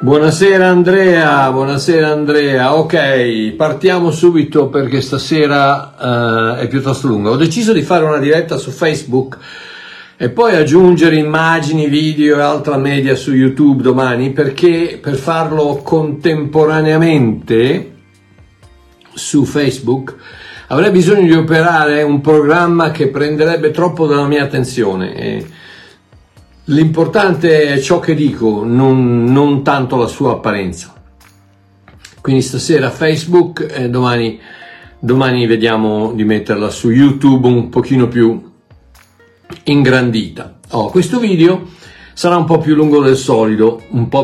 Buonasera Andrea, ok, partiamo subito perché stasera è piuttosto lunga. Ho deciso di fare una diretta su Facebook e poi aggiungere immagini, video e altra media su YouTube domani, perché per farlo contemporaneamente su Facebook avrei bisogno di operare un programma che prenderebbe troppo della mia attenzione. L'importante è ciò che dico, non tanto la sua apparenza. Quindi stasera Facebook e domani vediamo di metterla su YouTube un pochino più ingrandita. Questo video sarà un po' più lungo del solito.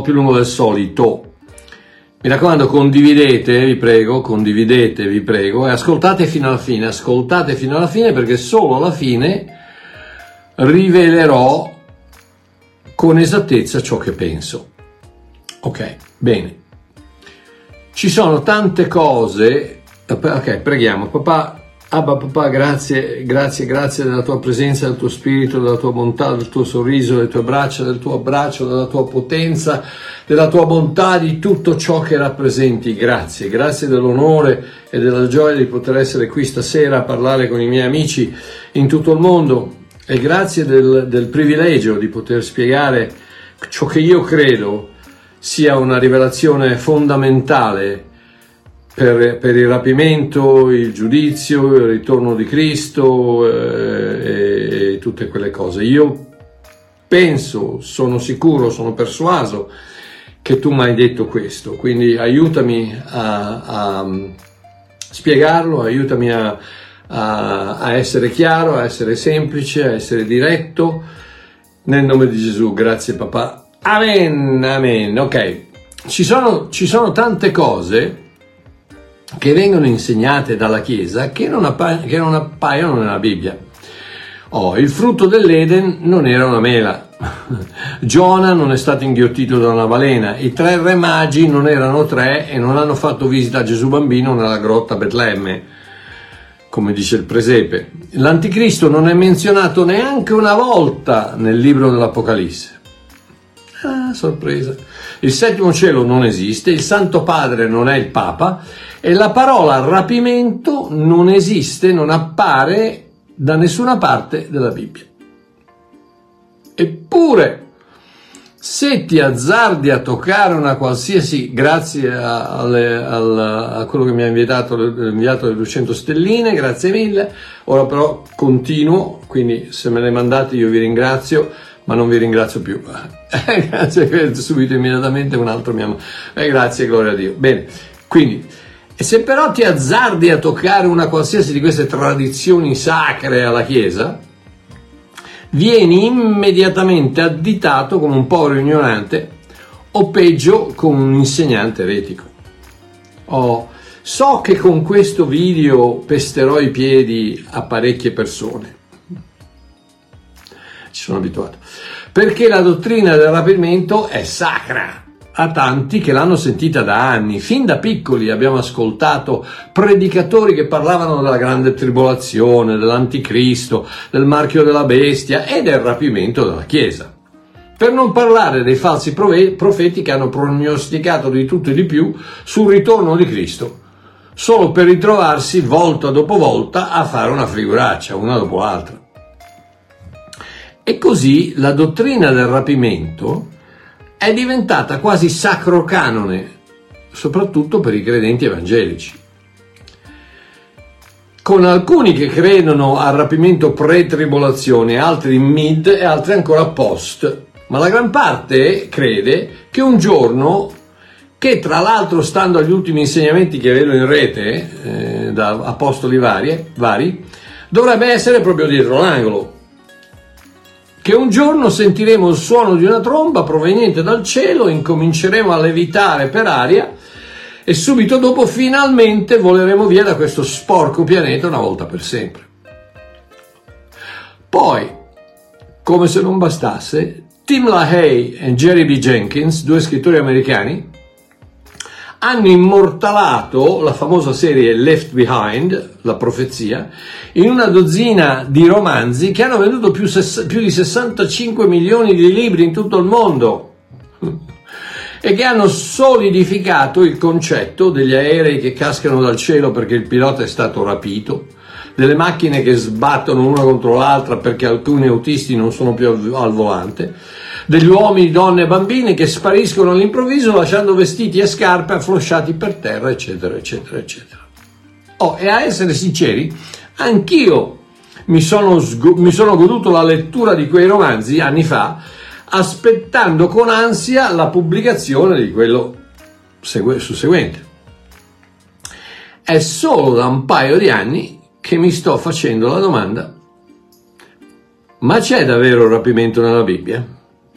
Mi raccomando, condividete, vi prego, e ascoltate fino alla fine, perché solo alla fine rivelerò con esattezza ciò che penso. Ok, bene. Ci sono tante cose. Ok, preghiamo. Papà, grazie della tua presenza, del tuo spirito, della tua bontà, del tuo sorriso, delle tue braccia, del tuo abbraccio, della tua potenza, della tua bontà, di tutto ciò che rappresenti. Grazie dell'onore e della gioia di poter essere qui stasera a parlare con i miei amici in tutto il mondo. E grazie del privilegio di poter spiegare ciò che io credo sia una rivelazione fondamentale per il rapimento, il giudizio, il ritorno di Cristo e tutte quelle cose. Io penso, sono sicuro, sono persuaso che tu mi hai detto questo, quindi aiutami a spiegarlo, aiutami a essere chiaro, a essere semplice, a essere diretto, nel nome di Gesù. Grazie papà, amen. Ok, ci sono tante cose che vengono insegnate dalla Chiesa che non appaiono nella Bibbia. Il frutto dell'Eden non era una mela, Giona non è stato inghiottito da una balena, i 3 re magi non erano 3 e non hanno fatto visita a Gesù bambino nella grotta Betlemme, come dice il presepe. L'anticristo non è menzionato neanche una volta nel libro dell'Apocalisse. Sorpresa. Il 7° cielo non esiste, il Santo Padre non è il Papa e la parola rapimento non esiste, non appare da nessuna parte della Bibbia. Eppure, se ti azzardi a toccare una qualsiasi, grazie a quello che mi ha inviato le 200 stelline, grazie mille. Ora però continuo, quindi se me le mandate io vi ringrazio, ma non vi ringrazio più. Grazie, subito immediatamente un altro mi ama. Grazie, gloria a Dio. Bene, quindi, e se però ti azzardi a toccare una qualsiasi di queste tradizioni sacre alla Chiesa, vieni immediatamente additato come un povero ignorante o peggio come un insegnante eretico. So che con questo video pesterò i piedi a parecchie persone. Ci sono abituato. Perché la dottrina del rapimento è sacra a tanti che l'hanno sentita da anni. Fin da piccoli abbiamo ascoltato predicatori che parlavano della grande tribolazione, dell'anticristo, del marchio della bestia e del rapimento della Chiesa. Per non parlare dei falsi profeti che hanno prognosticato di tutto e di più sul ritorno di Cristo, solo per ritrovarsi volta dopo volta a fare una figuraccia, una dopo l'altra. E così la dottrina del rapimento è diventata quasi sacro canone, soprattutto per i credenti evangelici. Con alcuni che credono al rapimento pre-tribolazione, altri mid e altri ancora post, ma la gran parte crede che un giorno, che tra l'altro stando agli ultimi insegnamenti che vedo in rete da apostoli vari, dovrebbe essere proprio dietro l'angolo. Che un giorno sentiremo il suono di una tromba proveniente dal cielo, incominceremo a levitare per aria e subito dopo finalmente voleremo via da questo sporco pianeta una volta per sempre. Poi, come se non bastasse, Tim LaHaye e Jerry B. Jenkins, 2 scrittori americani, hanno immortalato la famosa serie Left Behind, la profezia, in una dozzina di romanzi che hanno venduto più di 65 milioni di libri in tutto il mondo. e che hanno solidificato il concetto degli aerei che cascano dal cielo perché il pilota è stato rapito, delle macchine che sbattono una contro l'altra perché alcuni autisti non sono più al volante, degli uomini, donne e bambini che spariscono all'improvviso lasciando vestiti e scarpe afflosciati per terra, eccetera, eccetera, eccetera. E a essere sinceri, anch'io mi sono goduto la lettura di quei romanzi anni fa, aspettando con ansia la pubblicazione di quello susseguente. È solo da un paio di anni che mi sto facendo la domanda: ma c'è davvero rapimento nella Bibbia?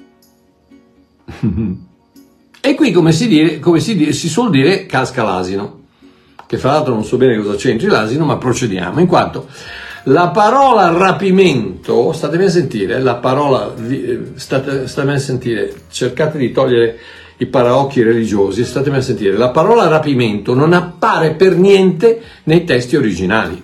E qui, come si suol dire, casca l'asino, che fra l'altro non so bene cosa c'entri l'asino, ma procediamo, in quanto la parola rapimento, statemi a sentire, statemi a sentire, cercate di togliere i paraocchi religiosi, statemi a sentire, la parola rapimento non appare per niente nei testi originali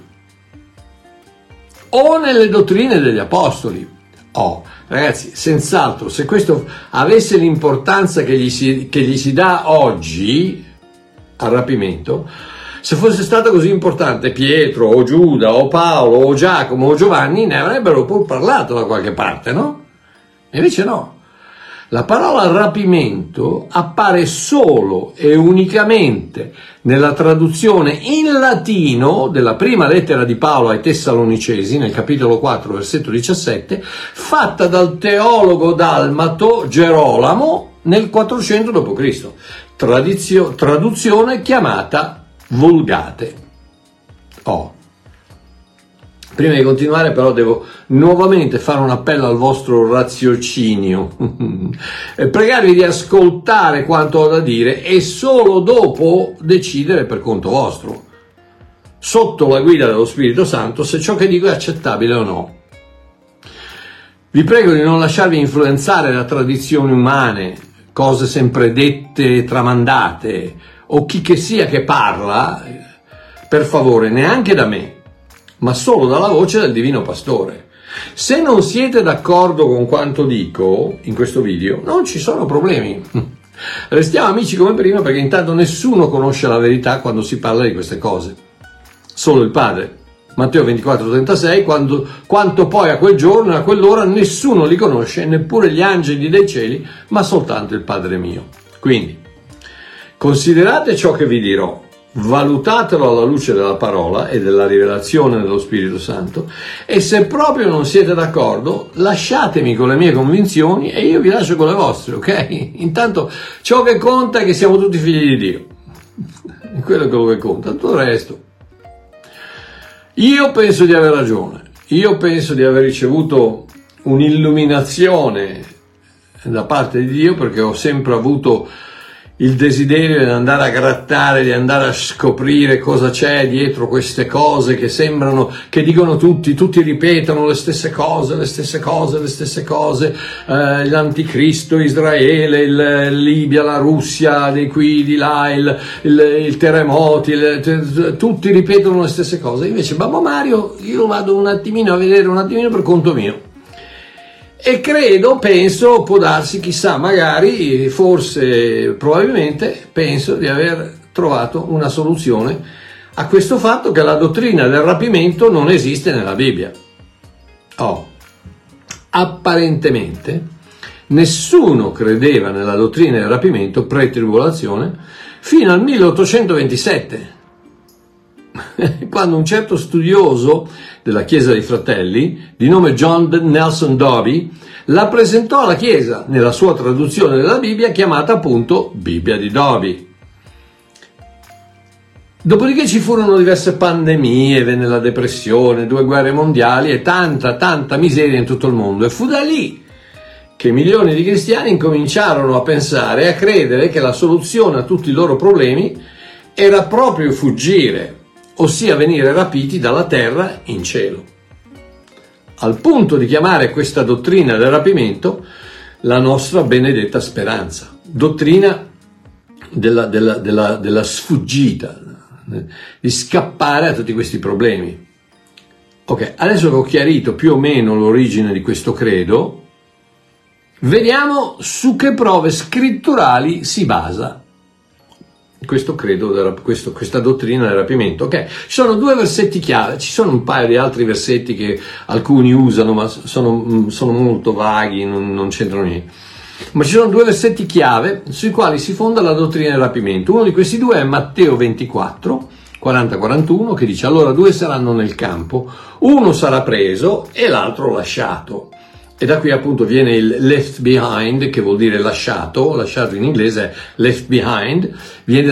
o nelle dottrine degli apostoli. Ragazzi, senz'altro, se questo avesse l'importanza che gli si dà oggi al rapimento, se fosse stato così importante Pietro o Giuda o Paolo o Giacomo o Giovanni, ne avrebbero pur parlato da qualche parte, no? E invece no. La parola rapimento appare solo e unicamente nella traduzione in latino della prima lettera di Paolo ai Tessalonicesi, nel capitolo 4, versetto 17, fatta dal teologo dalmato Gerolamo nel 400 d.C., traduzione chiamata Vulgate. Prima di continuare però devo nuovamente fare un appello al vostro raziocinio e pregarvi di ascoltare quanto ho da dire e solo dopo decidere per conto vostro, sotto la guida dello Spirito Santo, se ciò che dico è accettabile o no. Vi prego di non lasciarvi influenzare da tradizioni umane, cose sempre dette e tramandate, o chi che sia che parla, per favore, neanche da me, ma solo dalla voce del Divino Pastore. Se non siete d'accordo con quanto dico in questo video, non ci sono problemi. Restiamo amici come prima, perché intanto nessuno conosce la verità quando si parla di queste cose. Solo il Padre. Matteo 24,36, quanto poi a quel giorno e a quell'ora nessuno li conosce, neppure gli angeli dei cieli, ma soltanto il Padre mio. Quindi, considerate ciò che vi dirò, valutatelo alla luce della parola e della rivelazione dello Spirito Santo, e se proprio non siete d'accordo, lasciatemi con le mie convinzioni e io vi lascio con le vostre, ok? Intanto ciò che conta è che siamo tutti figli di Dio. Quello è quello che conta, tutto il resto. Io penso di aver ragione, io penso di aver ricevuto un'illuminazione da parte di Dio, perché ho sempre avuto il desiderio di andare a grattare, di andare a scoprire cosa c'è dietro queste cose che sembrano, che dicono tutti ripetono le stesse cose, l'anticristo, Israele, Libia, la Russia, di qui, di là, il terremoti, tutti ripetono le stesse cose. Invece Babbo Mario, io vado un attimino a vedere per conto mio. E penso, può darsi, chissà, magari, forse, probabilmente, penso di aver trovato una soluzione a questo fatto che la dottrina del rapimento non esiste nella Bibbia. Apparentemente, nessuno credeva nella dottrina del rapimento pre-tribolazione fino al 1827, quando un certo studioso della Chiesa dei Fratelli, di nome John Nelson Darby, la presentò alla Chiesa nella sua traduzione della Bibbia, chiamata appunto Bibbia di Darby. Dopodiché ci furono diverse pandemie, venne la depressione, 2 guerre mondiali e tanta miseria in tutto il mondo, e fu da lì che milioni di cristiani incominciarono a pensare e a credere che la soluzione a tutti i loro problemi era proprio fuggire, ossia venire rapiti dalla terra in cielo, al punto di chiamare questa dottrina del rapimento la nostra benedetta speranza, dottrina della sfuggita, di scappare a tutti questi problemi. Ok, adesso che ho chiarito più o meno l'origine di questo credo, Vediamo su che prove scritturali si basa questa dottrina del rapimento. Ok, ci sono due versetti chiave, ci sono un paio di altri versetti che alcuni usano, ma sono molto vaghi, non c'entrano niente. Ma ci sono due versetti chiave sui quali si fonda la dottrina del rapimento. Uno di questi due è Matteo 24, 40-41, che dice: allora due saranno nel campo, uno sarà preso e l'altro lasciato. E da qui appunto viene il left behind, che vuol dire lasciato in inglese è left behind, viene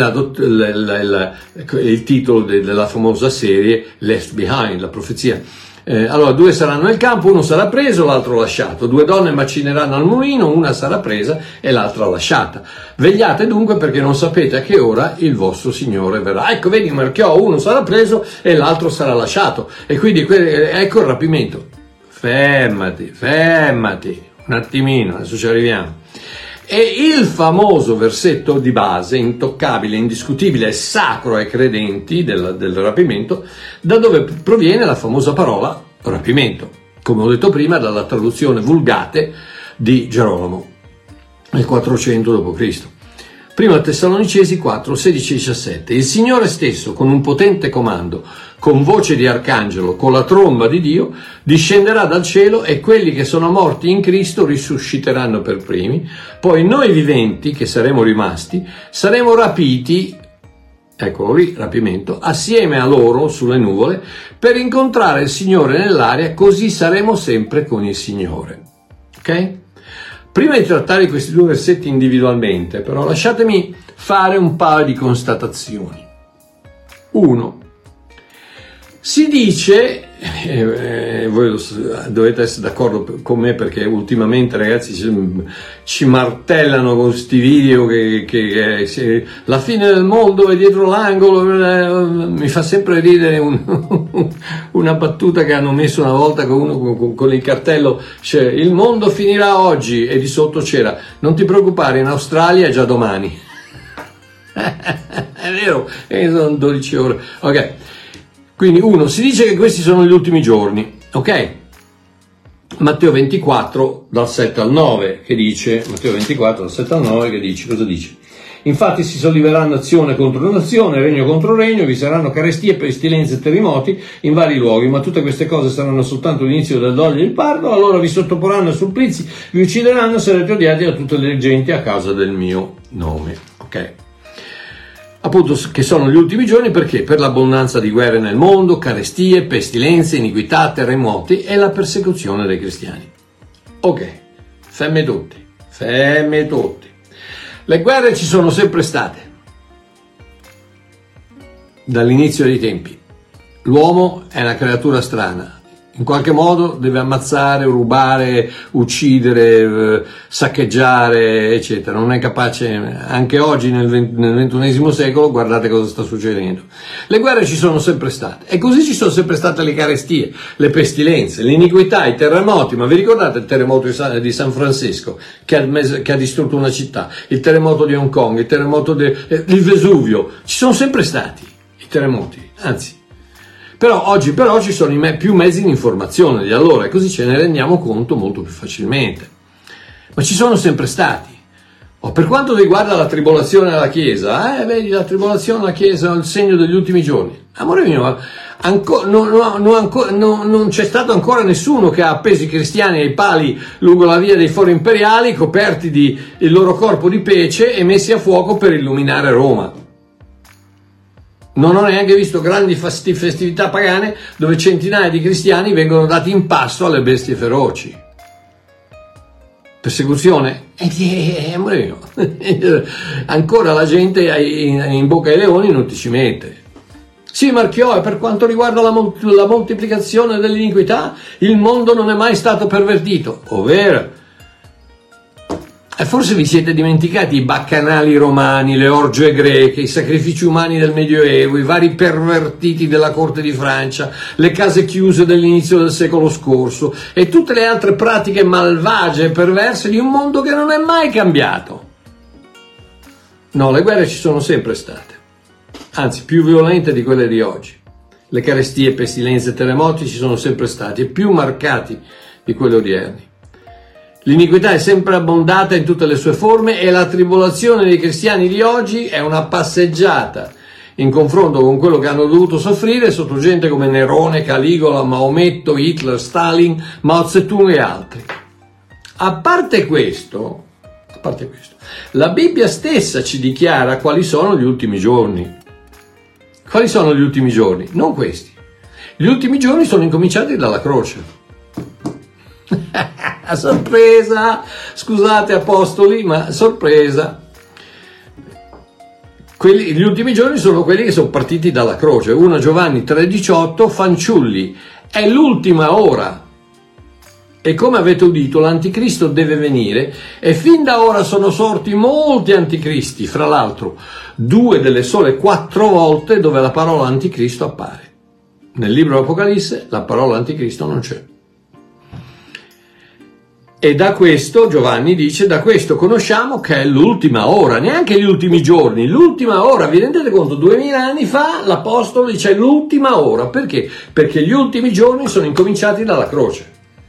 il titolo della famosa serie Left Behind, la profezia. Allora due saranno nel campo, uno sarà preso, l'altro lasciato. Due donne macineranno al mulino, una sarà presa e l'altra lasciata. Vegliate dunque, perché non sapete a che ora il vostro Signore verrà. Ecco, vedi, marchiò, uno sarà preso e l'altro sarà lasciato. E quindi ecco il rapimento. Fermati, un attimino, adesso ci arriviamo. E il famoso versetto di base, intoccabile, indiscutibile e sacro ai credenti del rapimento, da dove proviene la famosa parola rapimento, come ho detto prima, dalla traduzione Vulgate di Gerolamo, nel 400 d.C. Prima Tessalonicesi 4, 16 e 17. Il Signore stesso, con un potente comando, con voce di arcangelo, con la tromba di Dio, discenderà dal cielo e quelli che sono morti in Cristo risusciteranno per primi. Poi noi viventi, che saremo rimasti, saremo rapiti, eccolo lì, rapimento, assieme a loro sulle nuvole, per incontrare il Signore nell'aria, così saremo sempre con il Signore. Ok? Prima di trattare questi due versetti individualmente, però, lasciatemi fare un paio di constatazioni. Uno, si dice, voi dovete essere d'accordo con me, perché ultimamente, ragazzi, ci martellano con questi video che la fine del mondo è dietro l'angolo. Mi fa sempre ridere una battuta che hanno messo una volta con uno con il cartello, cioè, il mondo finirà oggi, e di sotto c'era: non ti preoccupare, in Australia è già domani. È vero, sono 12 ore. Ok. Quindi uno, si dice che questi sono gli ultimi giorni, ok? Matteo 24 dal 7 al 9 che dice, Matteo 24 dal 7 al 9 che dice, cosa dice? Infatti si solleverà nazione contro nazione, regno contro regno, vi saranno carestie, pestilenze e terremoti in vari luoghi, ma tutte queste cose saranno soltanto l'inizio del doglio del parto. Allora vi sottoporranno a supplizi, vi uccideranno, sarete odiati da tutte le genti a causa del mio nome, ok? Appunto, che sono gli ultimi giorni perché? Per l'abbondanza di guerre nel mondo, carestie, pestilenze, iniquità, terremoti e la persecuzione dei cristiani. Ok, fermi tutti. Le guerre ci sono sempre state, dall'inizio dei tempi. L'uomo è una creatura strana. In qualche modo deve ammazzare, rubare, uccidere, saccheggiare, eccetera. Non è capace, anche oggi nel XXI secolo, guardate cosa sta succedendo. Le guerre ci sono sempre state, e così ci sono sempre state le carestie, le pestilenze, l'iniquità, i terremoti. Ma vi ricordate il terremoto di San Francisco che ha distrutto una città, il terremoto di Hong Kong, il terremoto del Vesuvio? Ci sono sempre stati i terremoti, anzi. Però oggi ci sono più mezzi di informazione di allora, e così ce ne rendiamo conto molto più facilmente. Ma ci sono sempre stati. Per quanto riguarda la tribolazione alla Chiesa, vedi, la tribolazione alla Chiesa è il segno degli ultimi giorni. Amore mio, non c'è stato ancora nessuno che ha appeso i cristiani ai pali lungo la via dei fori imperiali, coperti il loro corpo di pece e messi a fuoco per illuminare Roma. Non ho neanche visto grandi festività pagane dove centinaia di cristiani vengono dati in pasto alle bestie feroci. Persecuzione? Ancora la gente in bocca ai leoni non ti ci mette. Sì, Marchiò, e per quanto riguarda la moltiplicazione dell'iniquità, il mondo non è mai stato pervertito, ovvero. E forse vi siete dimenticati i baccanali romani, le orge greche, i sacrifici umani del Medioevo, i vari pervertiti della corte di Francia, le case chiuse dell'inizio del secolo scorso e tutte le altre pratiche malvagie e perverse di un mondo che non è mai cambiato. No, le guerre ci sono sempre state, anzi più violente di quelle di oggi. Le carestie, pestilenze e terremoti ci sono sempre stati, e più marcati di quelli odierni. L'iniquità è sempre abbondata in tutte le sue forme e la tribolazione dei cristiani di oggi è una passeggiata in confronto con quello che hanno dovuto soffrire sotto gente come Nerone, Caligola, Maometto, Hitler, Stalin, Mao Zedong e altri. A parte questo, la Bibbia stessa ci dichiara quali sono gli ultimi giorni. Quali sono gli ultimi giorni? Non questi. Gli ultimi giorni sono incominciati dalla croce. Sorpresa! Scusate apostoli, ma sorpresa. Gli ultimi giorni sono quelli che sono partiti dalla croce. 1 Giovanni 3,18, fanciulli, è l'ultima ora. E come avete udito, l'anticristo deve venire e fin da ora sono sorti molti anticristi, fra l'altro 2 delle sole 4 volte dove la parola anticristo appare. Nel libro dell'Apocalisse la parola anticristo non c'è. E da questo, Giovanni dice, da questo conosciamo che è l'ultima ora, neanche gli ultimi giorni, l'ultima ora. Vi rendete conto? 2000 anni fa l'Apostolo dice l'ultima ora. Perché? Perché gli ultimi giorni sono incominciati dalla croce.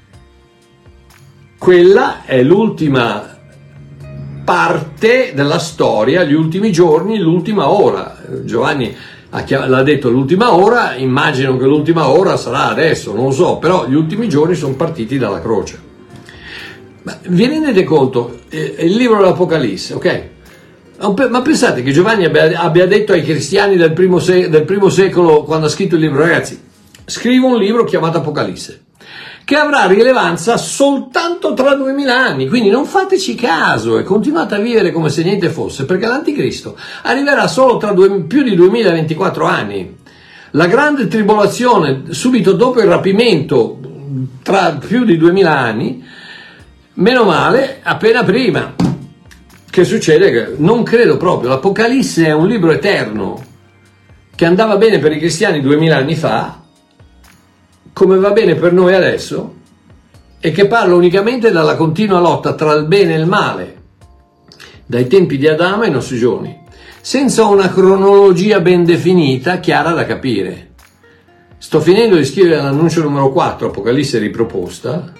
Quella è l'ultima parte della storia, gli ultimi giorni, l'ultima ora. Giovanni l'ha detto l'ultima ora, immagino che l'ultima ora sarà adesso, non lo so, però gli ultimi giorni sono partiti dalla croce. Ma vi rendete conto? Il libro dell'Apocalisse, ok? Ma pensate che Giovanni abbia detto ai cristiani del primo secolo, quando ha scritto il libro, ragazzi, scrivo un libro chiamato Apocalisse, che avrà rilevanza soltanto tra 2000 anni, quindi non fateci caso e continuate a vivere come se niente fosse, perché l'anticristo arriverà solo tra più di 2024 anni. La grande tribolazione, subito dopo il rapimento, tra più di 2000 anni, meno male, appena prima. Che succede? Che non credo proprio. L'Apocalisse è un libro eterno che andava bene per i cristiani 2000 anni fa, come va bene per noi adesso, e che parla unicamente dalla continua lotta tra il bene e il male, dai tempi di Adamo ai nostri giorni, senza una cronologia ben definita, chiara da capire. Sto finendo di scrivere l'annuncio numero 4, Apocalisse riproposta,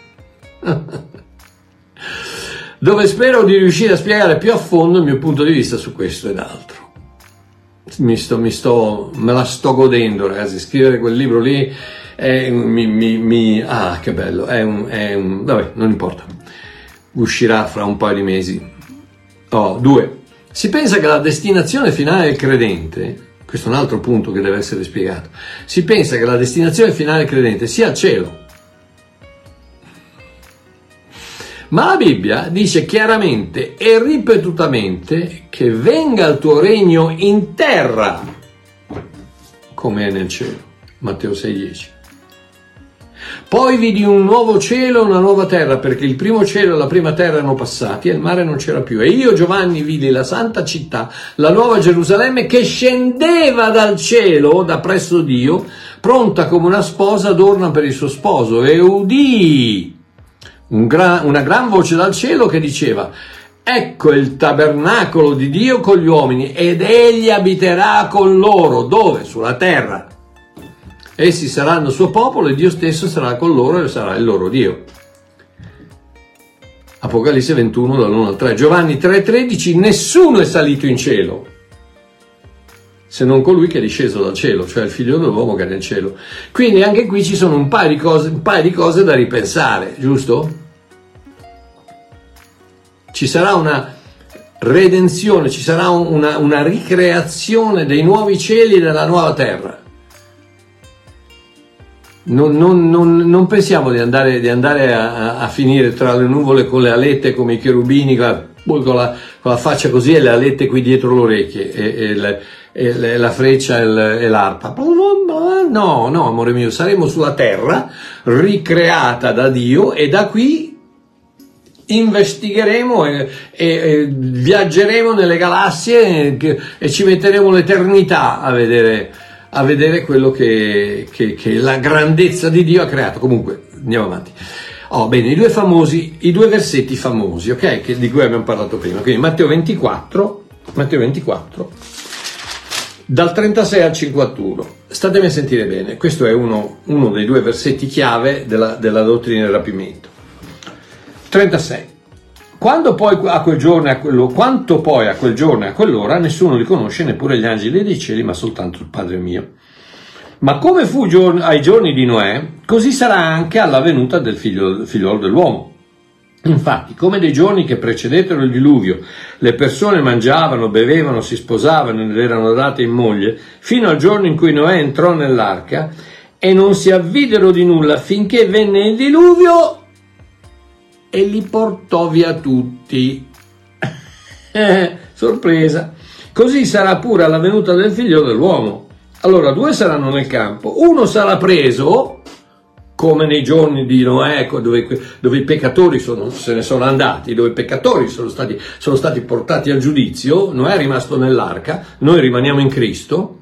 dove spero di riuscire a spiegare più a fondo il mio punto di vista su questo ed altro. Me la sto godendo, ragazzi. Scrivere quel libro lì che bello, vabbè, non importa, uscirà fra un paio di mesi. 2. Si pensa che la destinazione finale del credente, questo è un altro punto che deve essere spiegato, si pensa che la destinazione finale del credente sia il cielo. Ma la Bibbia dice chiaramente e ripetutamente che venga il tuo regno in terra come è nel cielo. Matteo 6,10. Poi vidi un nuovo cielo e una nuova terra, perché il primo cielo e la prima terra erano passati e il mare non c'era più. E io, Giovanni, vidi la santa città, la nuova Gerusalemme, che scendeva dal cielo, da presso Dio, pronta come una sposa adorna per il suo sposo. E udii una gran voce dal cielo che diceva: ecco il tabernacolo di Dio con gli uomini ed egli abiterà con loro. Dove? Sulla terra. Essi saranno il suo popolo e Dio stesso sarà con loro e sarà il loro Dio. Apocalisse 21 dall'1 al 3. Giovanni 3,13. Nessuno è salito in cielo se non colui che è disceso dal cielo, cioè il figlio dell'uomo che è nel cielo. Quindi anche qui ci sono un paio di cose da ripensare, giusto? Ci sarà una redenzione, ci sarà una ricreazione dei nuovi cieli e della nuova terra. Non pensiamo di andare a finire tra le nuvole con le alette come i cherubini, con la faccia così e le alette qui dietro le orecchie e la freccia e l'arpa. No, amore mio, saremo sulla terra ricreata da Dio e da qui investigheremo e viaggeremo nelle galassie e ci metteremo l'eternità a vedere quello che la grandezza di Dio ha creato. Comunque, andiamo avanti. Bene, i due versetti famosi, ok, di cui abbiamo parlato prima. Quindi Matteo 24, dal 36 al 51. Statemi a sentire bene, questo è uno dei due versetti chiave della dottrina del rapimento. 36. Quanto poi a quel giorno e a quell'ora nessuno li conosce, neppure gli angeli dei cieli, ma soltanto il Padre mio. Ma come fu ai giorni di Noè, così sarà anche alla venuta del figliolo dell'uomo. Infatti, come nei giorni che precedettero il diluvio, le persone mangiavano, bevevano, si sposavano ed erano date in moglie, fino al giorno in cui Noè entrò nell'arca, e non si avvidero di nulla finché venne il diluvio e li portò via tutti. Sorpresa! Così sarà pure alla venuta del figlio dell'uomo. Allora 2 saranno nel campo, uno sarà preso, come nei giorni di Noè, dove i peccatori se ne sono andati, dove i peccatori sono stati portati al giudizio. Noè è rimasto nell'arca, noi rimaniamo in Cristo.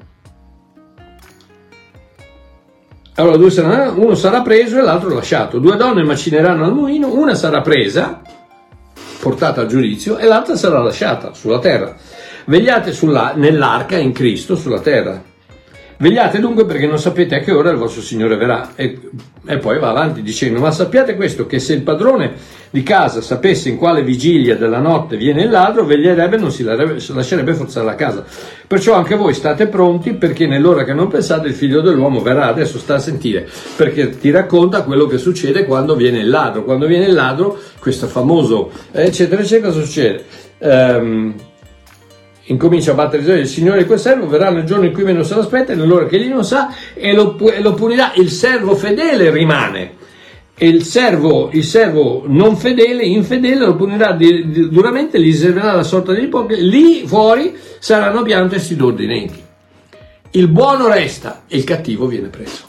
Allora uno sarà preso e l'altro lasciato. 2 donne macineranno al mulino, una sarà presa, portata al giudizio, e l'altra sarà lasciata sulla terra. Vegliate nell'arca in Cristo sulla terra. Vegliate dunque, perché non sapete a che ora il vostro Signore verrà. E poi va avanti dicendo: ma sappiate questo, che se il padrone di casa sapesse in quale vigilia della notte viene il ladro, veglierebbe e non si lascerebbe forzare la casa. Perciò anche voi state pronti, perché nell'ora che non pensate il figlio dell'uomo verrà. Adesso sta a sentire, perché ti racconta quello che succede quando viene il ladro. Quando viene il ladro, questo famoso eccetera eccetera, cosa succede? Incomincia a battere il Signore di quel servo, verrà nel giorno in cui meno se l'aspetta e nell'ora che egli non sa, e lo punirà. Il servo fedele rimane, e il servo non fedele, infedele, lo punirà duramente, gli riserverà la sorta degli ipocriti. Lì fuori saranno pianto e stridori. Il buono resta e il cattivo viene preso.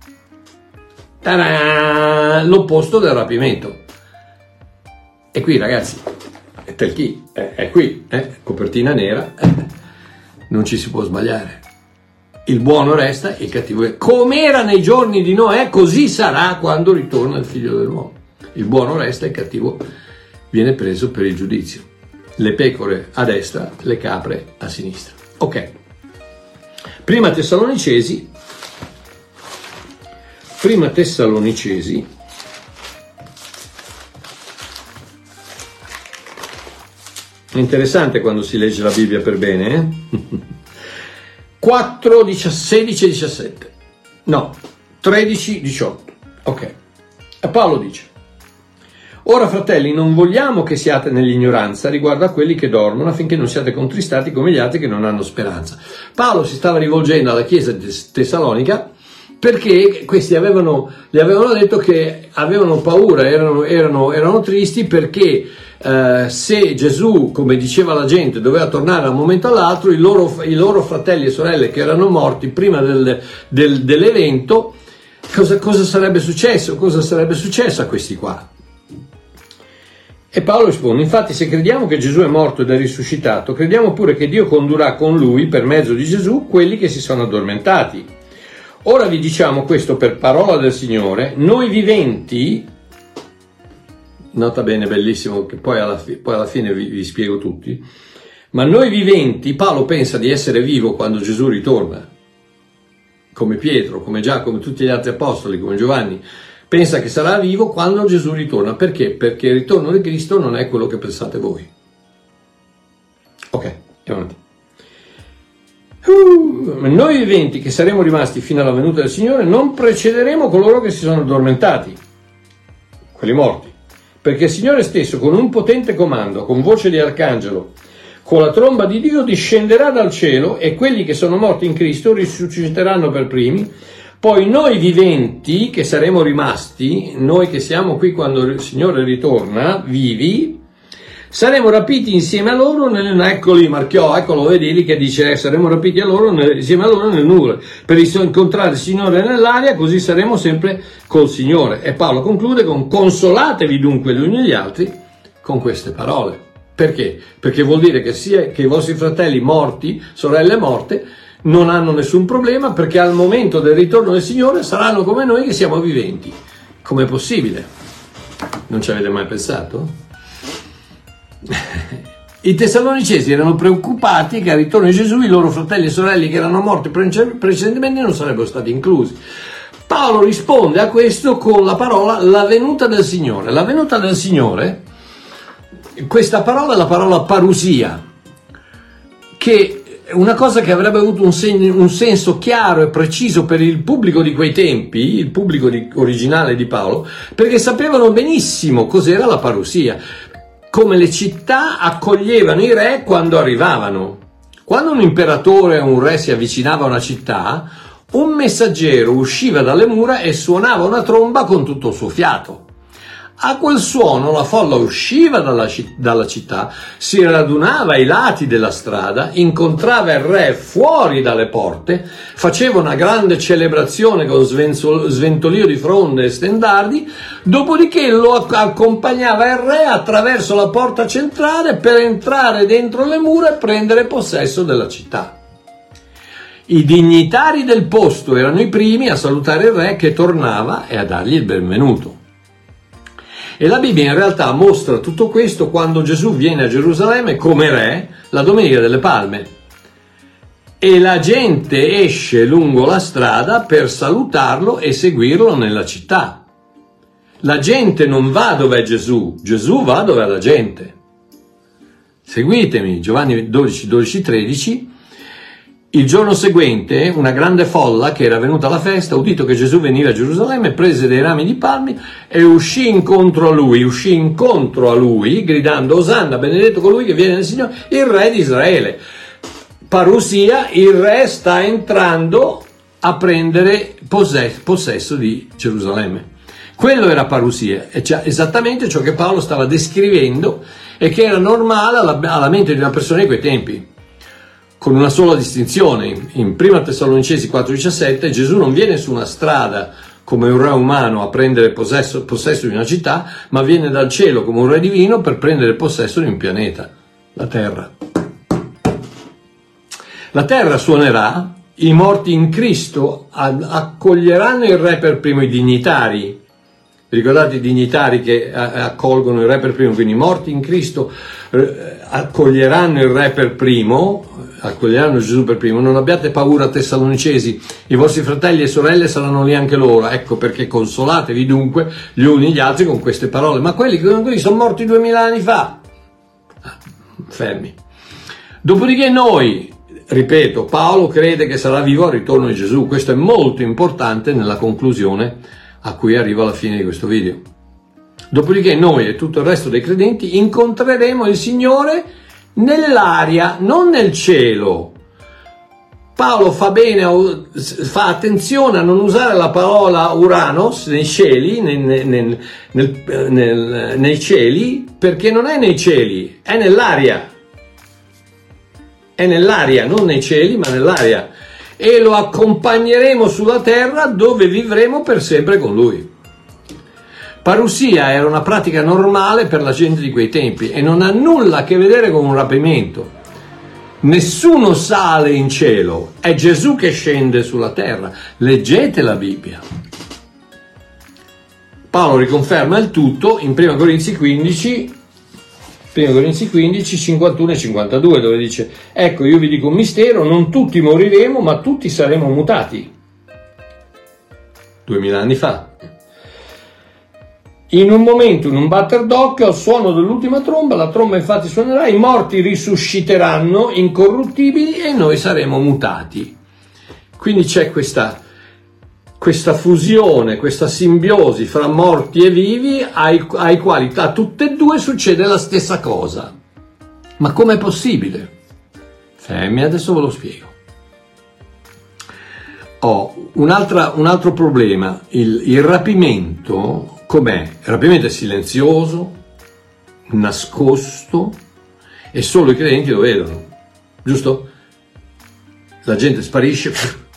Ta-da! L'opposto del rapimento. E qui, ragazzi, Telchi, è qui, copertina nera, non ci si può sbagliare. Il buono resta e il cattivo è. Come era nei giorni di Noè, così sarà quando ritorna il figlio dell'uomo. Il buono resta e il cattivo viene preso per il giudizio. Le pecore a destra, le capre a sinistra. Ok. Prima Tessalonicesi. È interessante quando si legge la Bibbia per bene, 4, 16 e 17. No, 13, 18. Ok. E Paolo dice: ora, fratelli, non vogliamo che siate nell'ignoranza riguardo a quelli che dormono, affinché non siate contristati come gli altri che non hanno speranza. Paolo si stava rivolgendo alla chiesa di Tessalonica, perché questi gli avevano detto che avevano paura, erano tristi, perché se Gesù, come diceva la gente, doveva tornare da un momento all'altro, i loro fratelli e sorelle che erano morti prima dell'evento, cosa sarebbe successo? Cosa sarebbe successo a questi qua? E Paolo risponde: infatti, se crediamo che Gesù è morto ed è risuscitato, crediamo pure che Dio condurrà con lui, per mezzo di Gesù, quelli che si sono addormentati. Ora vi diciamo questo per parola del Signore: noi viventi, nota bene, bellissimo, che poi alla fine vi spiego tutti, ma noi viventi, Paolo pensa di essere vivo quando Gesù ritorna, come Pietro, come Giacomo, tutti gli altri apostoli, come Giovanni, pensa che sarà vivo quando Gesù ritorna. Perché? Perché il ritorno di Cristo non è quello che pensate voi. Ok, andiamo avanti. Noi viventi che saremo rimasti fino alla venuta del Signore non precederemo coloro che si sono addormentati, quelli morti, perché il Signore stesso, con un potente comando, con voce di arcangelo, con la tromba di Dio, discenderà dal cielo, e quelli che sono morti in Cristo risusciteranno per primi. Poi noi viventi che saremo rimasti, noi che siamo qui quando il Signore ritorna, vivi, saremo rapiti insieme a loro eccoli, marchiò, eccolo, vedi lì che dice saremo rapiti insieme a loro nel nuvole, per incontrare il Signore nell'aria, così saremo sempre col Signore. E Paolo conclude con: consolatevi dunque gli uni gli altri con queste parole. Perché? Perché vuol dire che sia che i vostri fratelli morti, sorelle morte, non hanno nessun problema, perché al momento del ritorno del Signore saranno come noi che siamo viventi. Com'è possibile? Non ci avete mai pensato? I Tessalonicesi erano preoccupati che al ritorno di Gesù i loro fratelli e sorelle che erano morti precedentemente non sarebbero stati inclusi. Paolo risponde a questo con la parola la venuta del Signore. La venuta del Signore questa parola è la parola parousia, che è una cosa che avrebbe avuto un senso chiaro e preciso per il pubblico di quei tempi, il pubblico originale di Paolo, perché sapevano benissimo cos'era la parousia, come le città accoglievano i re quando arrivavano. Quando un imperatore o un re si avvicinava a una città, un messaggero usciva dalle mura e suonava una tromba con tutto il suo fiato. A quel suono la folla usciva dalla città, si radunava ai lati della strada, incontrava il re fuori dalle porte, faceva una grande celebrazione con sventolio di fronde e stendardi, dopodiché lo accompagnava il re attraverso la porta centrale per entrare dentro le mura e prendere possesso della città. I dignitari del posto erano i primi a salutare il re che tornava e a dargli il benvenuto. E la Bibbia in realtà mostra tutto questo quando Gesù viene a Gerusalemme come re la Domenica delle Palme. E la gente esce lungo la strada per salutarlo e seguirlo nella città. La gente non va dove è Gesù, Gesù va dove è la gente. Seguitemi, Giovanni 12, 12, 13. Il giorno seguente una grande folla che era venuta alla festa, udito che Gesù veniva a Gerusalemme, prese dei rami di palmi e uscì incontro a lui, gridando: Osanna, benedetto colui che viene nel Signore, il re di Israele. Parousia, il re sta entrando a prendere possesso di Gerusalemme. Quello era parousia, e cioè esattamente ciò che Paolo stava descrivendo e che era normale alla mente di una persona di quei tempi. Con una sola distinzione: in 1 Tessalonicesi 4,17 Gesù non viene su una strada come un re umano a prendere possesso di una città, ma viene dal cielo come un re divino per prendere possesso di un pianeta, la terra. La terra suonerà, i morti in Cristo accoglieranno il re per primo, i dignitari. Vi ricordate i dignitari che accolgono il re per primo? Quindi i morti in Cristo accoglieranno il re per primo, accoglieranno Gesù per primo. Non abbiate paura, Tessalonicesi, i vostri fratelli e sorelle saranno lì anche loro. Ecco perché consolatevi dunque gli uni gli altri con queste parole. Ma quelli sono morti 2000 anni fa. Fermi. Dopodiché noi, ripeto, Paolo crede che sarà vivo al ritorno di Gesù. Questo è molto importante nella conclusione a cui arrivo alla fine di questo video. Dopodiché noi e tutto il resto dei credenti incontreremo il Signore nell'aria, non nel cielo. Paolo fa attenzione a non usare la parola Uranos nei cieli, nei cieli, perché non è nei cieli, è nell'aria. È nell'aria, non nei cieli, ma nell'aria. E lo accompagneremo sulla terra dove vivremo per sempre con lui. Parousia era una pratica normale per la gente di quei tempi e non ha nulla a che vedere con un rapimento. Nessuno sale in cielo, è Gesù che scende sulla terra. Leggete la Bibbia. Paolo riconferma il tutto in 1 Corinzi 15, 51 e 52, dove dice: ecco, io vi dico un mistero, non tutti moriremo, ma tutti saremo mutati. 2000 anni fa. In un momento, in un batter d'occhio, al suono dell'ultima tromba, la tromba infatti suonerà, i morti risusciteranno incorruttibili e noi saremo mutati. Quindi c'è questa fusione, questa simbiosi fra morti e vivi ai quali a tutte e due succede la stessa cosa. Ma com'è possibile? Fermi, adesso ve lo spiego. Un altro problema, il rapimento. Com'è? Il rapimento è silenzioso, nascosto e solo i credenti lo vedono, giusto? La gente sparisce,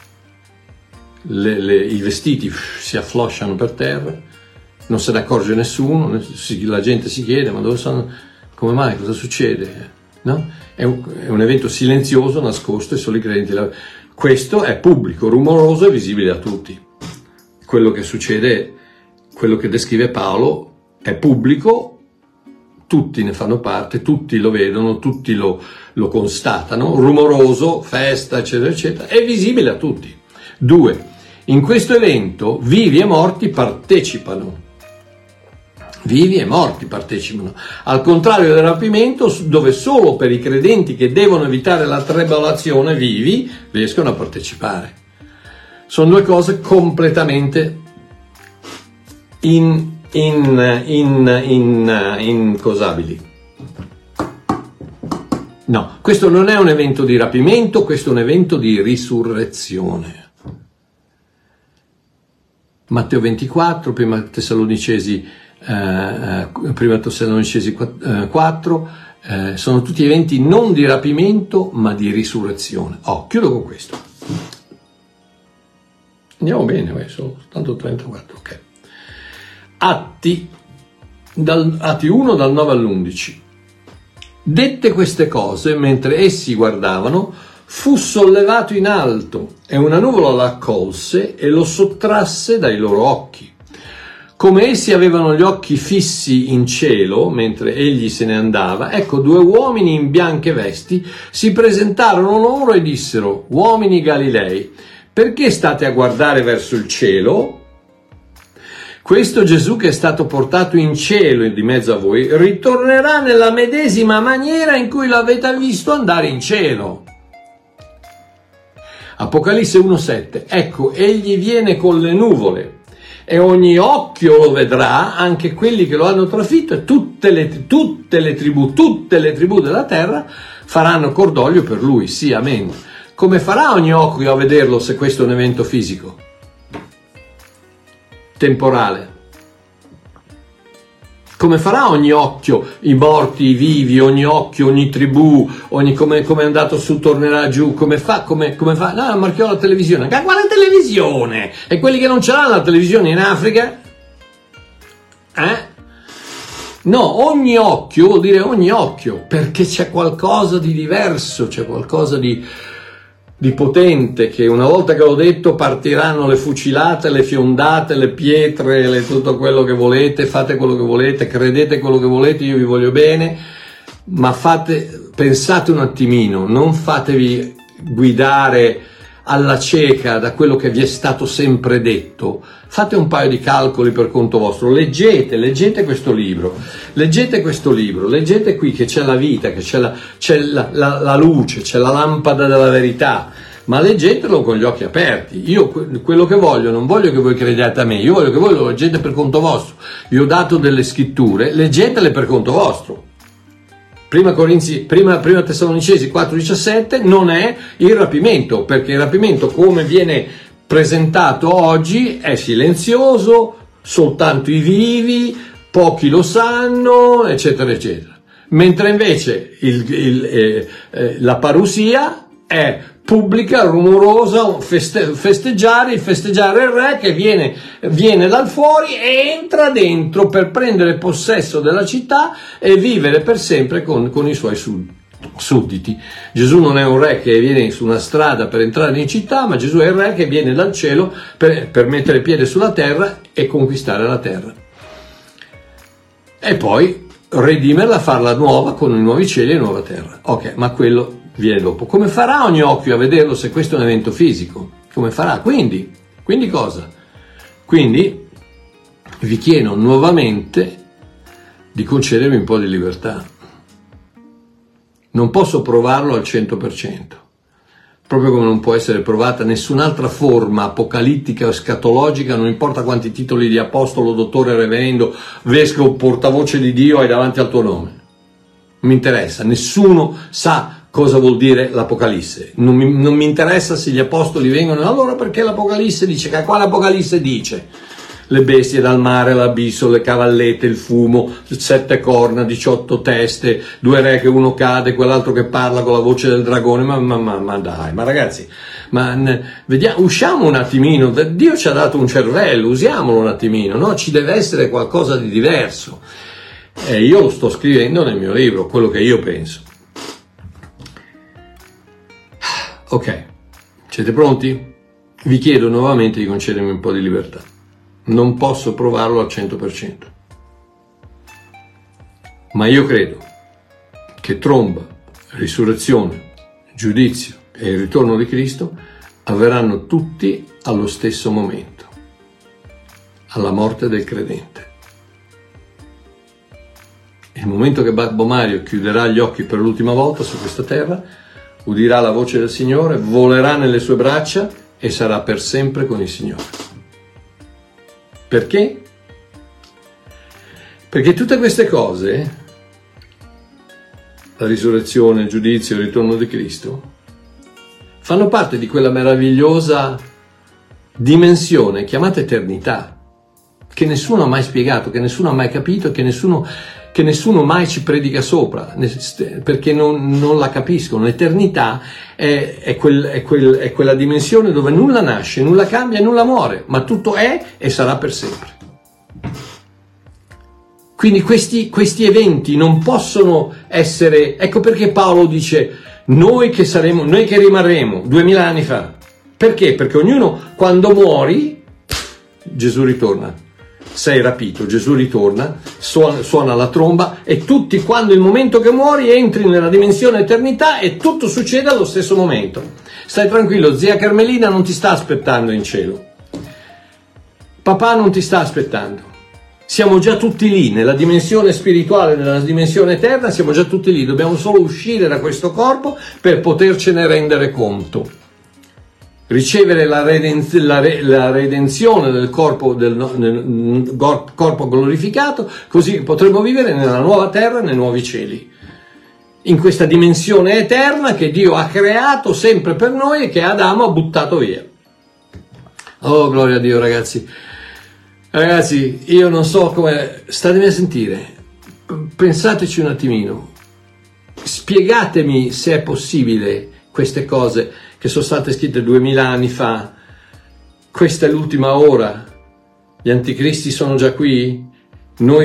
i vestiti si afflosciano per terra, non se ne accorge nessuno, la gente si chiede: ma dove sono? Come mai? Cosa succede? No? È un evento silenzioso, nascosto e solo i credenti lo vedono. Questo è pubblico, rumoroso e visibile a tutti. Quello che succede, quello che descrive Paolo, è pubblico, tutti ne fanno parte, tutti lo vedono, tutti lo constatano, rumoroso, festa, eccetera, eccetera, è visibile a tutti. 2. In questo evento vivi e morti partecipano. Vivi e morti partecipano, al contrario del rapimento, dove solo per i credenti che devono evitare la tribolazione vivi riescono a partecipare. Sono due cose completamente incosabili. No, questo non è un evento di rapimento, questo è un evento di risurrezione. Matteo 24, prima Tessalonicesi 4, sono tutti eventi non di rapimento ma di risurrezione. Chiudo con questo. Andiamo bene, sono soltanto 34, ok. Atti 1 dal 9 all'11. Dette queste cose, mentre essi guardavano, fu sollevato in alto e una nuvola l'accolse e lo sottrasse dai loro occhi. Come essi avevano gli occhi fissi in cielo, mentre egli se ne andava, ecco 2 uomini in bianche vesti si presentarono loro e dissero: uomini Galilei, perché state a guardare verso il cielo? Questo Gesù che è stato portato in cielo di mezzo a voi ritornerà nella medesima maniera in cui l'avete visto andare in cielo. Apocalisse 1,7. Ecco, egli viene con le nuvole e ogni occhio lo vedrà, anche quelli che lo hanno trafitto, e tutte le tribù della terra faranno cordoglio per lui. Sì, amen. Come farà ogni occhio a vederlo se questo è un evento fisico? Temporale. Come farà ogni occhio, i morti, i vivi, ogni occhio, ogni tribù, come è andato su, tornerà giù, come fa? No, marchiò la televisione. Ma quale televisione? E quelli che non ce l'hanno la televisione in Africa? No, ogni occhio vuol dire ogni occhio, perché c'è qualcosa di diverso, c'è qualcosa di potente, che una volta che l'ho detto partiranno le fucilate, le fiondate, le pietre, tutto quello che volete, fate quello che volete, credete quello che volete, io vi voglio bene, ma pensate un attimino, non fatevi guidare alla cieca da quello che vi è stato sempre detto. Fate un paio di calcoli per conto vostro, leggete questo libro, leggete qui che c'è la vita, che c'è la luce, c'è la lampada della verità, ma leggetelo con gli occhi aperti. Io quello che voglio, non voglio che voi crediate a me, io voglio che voi lo leggete per conto vostro. Vi ho dato delle scritture, leggetele per conto vostro. Prima Tessalonicesi 4,17 non è il rapimento, perché il rapimento come viene presentato oggi è silenzioso, soltanto i vivi, pochi lo sanno, eccetera, eccetera. Mentre invece la parusia è pubblica, rumorosa, festeggiare il re che viene dal fuori e entra dentro per prendere possesso della città e vivere per sempre con i suoi sudditi. Gesù non è un re che viene su una strada per entrare in città, ma Gesù è il re che viene dal cielo per mettere piede sulla terra e conquistare la terra. E poi redimerla, farla nuova con i nuovi cieli e nuova terra. Ok, ma quello viene dopo. Come farà ogni occhio a vederlo se questo è un evento fisico? Come farà? Quindi cosa? Quindi vi chiedo nuovamente di concedermi un po' di libertà. Non posso provarlo al 100%, proprio come non può essere provata nessun'altra forma apocalittica o scatologica, non importa quanti titoli di apostolo, dottore, reverendo, vescovo, portavoce di Dio hai davanti al tuo nome. Non mi interessa, nessuno sa cosa vuol dire l'Apocalisse. Non mi interessa se gli apostoli vengono, allora perché l'Apocalisse dice, che quale Apocalisse dice? Le bestie dal mare, l'abisso, le cavallette, il fumo, 7 corna, 18 teste, 2 re che uno cade, quell'altro che parla con la voce del dragone, ma dai, ma ragazzi, vediamo, usciamo un attimino, Dio ci ha dato un cervello, usiamolo un attimino, no? Ci deve essere qualcosa di diverso. E io lo sto scrivendo nel mio libro, quello che io penso. Ok, siete pronti? Vi chiedo nuovamente di concedermi un po' di libertà. Non posso provarlo al 100%. Ma io credo che tromba, risurrezione, giudizio e il ritorno di Cristo avverranno tutti allo stesso momento, alla morte del credente. il momento che Babbo Mario chiuderà gli occhi per l'ultima volta su questa terra, udirà la voce del Signore, volerà nelle sue braccia e sarà per sempre con il Signore. Perché? Perché tutte queste cose, la risurrezione, il giudizio, il ritorno di Cristo, fanno parte di quella meravigliosa dimensione chiamata eternità, che nessuno ha mai spiegato, che nessuno ha mai capito, che nessuno mai ci predica sopra, perché non la capiscono. L'eternità è quella dimensione dove nulla nasce, nulla cambia e nulla muore, ma tutto è e sarà per sempre. Quindi questi eventi non possono essere, ecco perché Paolo dice noi che rimarremo 2000 anni fa. Perché? Perché ognuno, quando muori, Gesù ritorna. Sei rapito, Gesù ritorna, suona la tromba e tutti, quando il momento che muori, entri nella dimensione eternità e tutto succede allo stesso momento. Stai tranquillo, zia Carmelina non ti sta aspettando in cielo. Papà non ti sta aspettando. Siamo già tutti lì, nella dimensione spirituale, nella dimensione eterna, siamo già tutti lì. Dobbiamo solo uscire da questo corpo per potercene rendere conto. Ricevere la redenzione del corpo glorificato, così potremo vivere nella nuova terra e nei nuovi cieli, in questa dimensione eterna che Dio ha creato sempre per noi e che Adamo ha buttato via. Oh, gloria a Dio, ragazzi. Ragazzi, io non so come, statemi a sentire, pensateci un attimino, spiegatemi se è possibile queste cose che sono state scritte 2000 anni fa. Questa è l'ultima ora, gli anticristi sono già qui, noi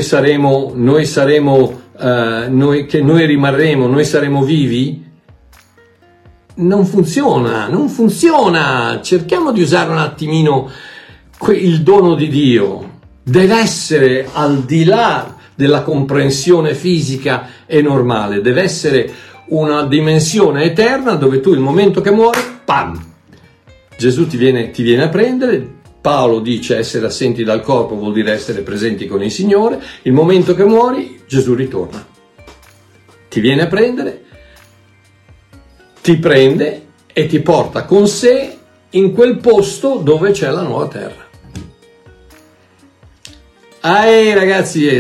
rimarremo, noi saremo vivi. Non funziona, cerchiamo di usare un attimino il dono di Dio, deve essere al di là della comprensione fisica e normale, deve essere una dimensione eterna dove tu il momento che muori, pam, Gesù ti viene a prendere. Paolo dice essere assenti dal corpo vuol dire essere presenti con il Signore. Il momento che muori, Gesù ritorna, ti viene a prendere, ti prende e ti porta con sé in quel posto dove c'è la nuova terra. Ragazzi,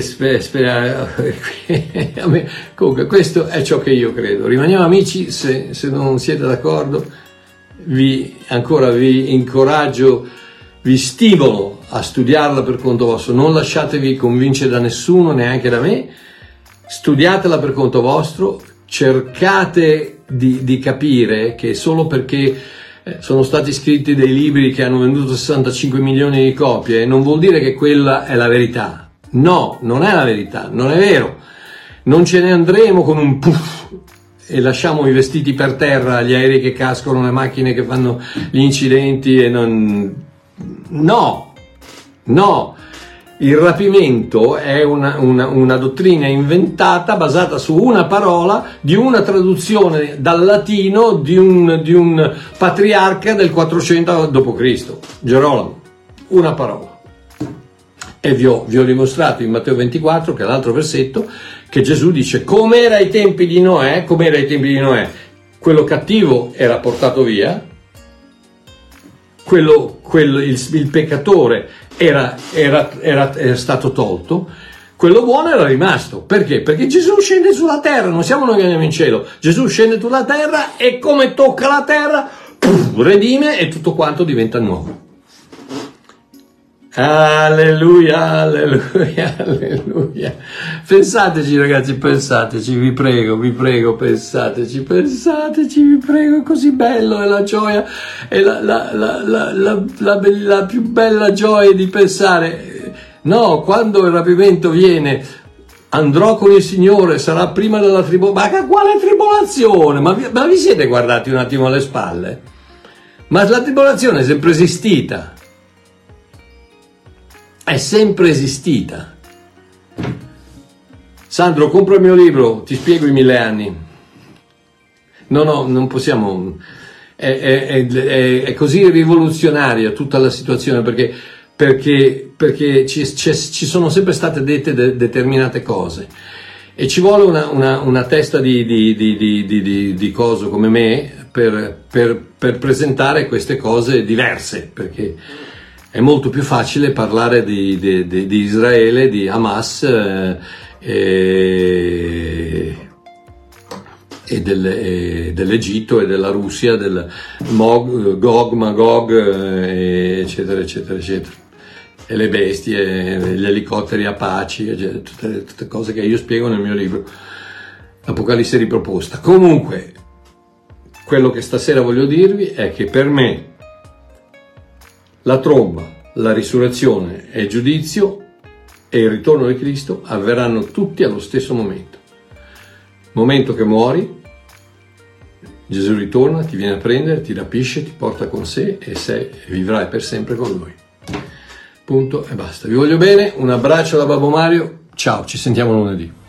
comunque questo è ciò che io credo. Rimaniamo amici, se non siete d'accordo vi incoraggio, vi stimolo a studiarla per conto vostro, non lasciatevi convincere da nessuno, neanche da me, studiatela per conto vostro, cercate di capire che solo perché sono stati scritti dei libri che hanno venduto 65 milioni di copie, non vuol dire che quella è la verità. No, non è la verità, non è vero. Non ce ne andremo con un puff e lasciamo i vestiti per terra, gli aerei che cascano, le macchine che fanno gli incidenti e non... No. Il rapimento è una dottrina inventata basata su una parola di una traduzione dal latino di un patriarca del 400 d.C., Gerolamo, una parola. E vi ho dimostrato in Matteo 24, che è l'altro versetto, che Gesù dice come era ai tempi di Noè, quello cattivo era portato via, il peccatore era stato tolto, quello buono era rimasto. Perché? Perché Gesù scende sulla terra, non siamo noi che andiamo in cielo, Gesù scende sulla terra e come tocca la terra, redime e tutto quanto diventa nuovo. Alleluia, alleluia, alleluia. Pensateci ragazzi, pensateci, vi prego, pensateci, vi prego, così bello è la gioia, è la più bella gioia di pensare, no, quando il rapimento viene, andrò con il Signore, sarà prima della tribolazione, ma quale tribolazione? Ma vi siete guardati un attimo alle spalle? Ma la tribolazione è sempre esistita. È sempre esistita. Sandro, compra il mio libro, ti spiego i 1000 anni. No, non possiamo. È così rivoluzionaria tutta la situazione perché ci sono sempre state dette determinate cose E ci vuole una testa di coso come me per presentare queste cose diverse, perché è molto più facile parlare di Israele, di Hamas e dell'Egitto e della Russia, del Gog, Magog, eccetera, eccetera, eccetera. E le bestie, gli elicotteri Apache, tutte cose che io spiego nel mio libro Apocalisse riproposta. Comunque, quello che stasera voglio dirvi è che per me la tromba, la risurrezione e il giudizio e il ritorno di Cristo avverranno tutti allo stesso momento. Momento che muori, Gesù ritorna, ti viene a prendere, ti rapisce, ti porta con sé e vivrai per sempre con Lui. Punto e basta. Vi voglio bene, un abbraccio da Babbo Mario, ciao, ci sentiamo lunedì.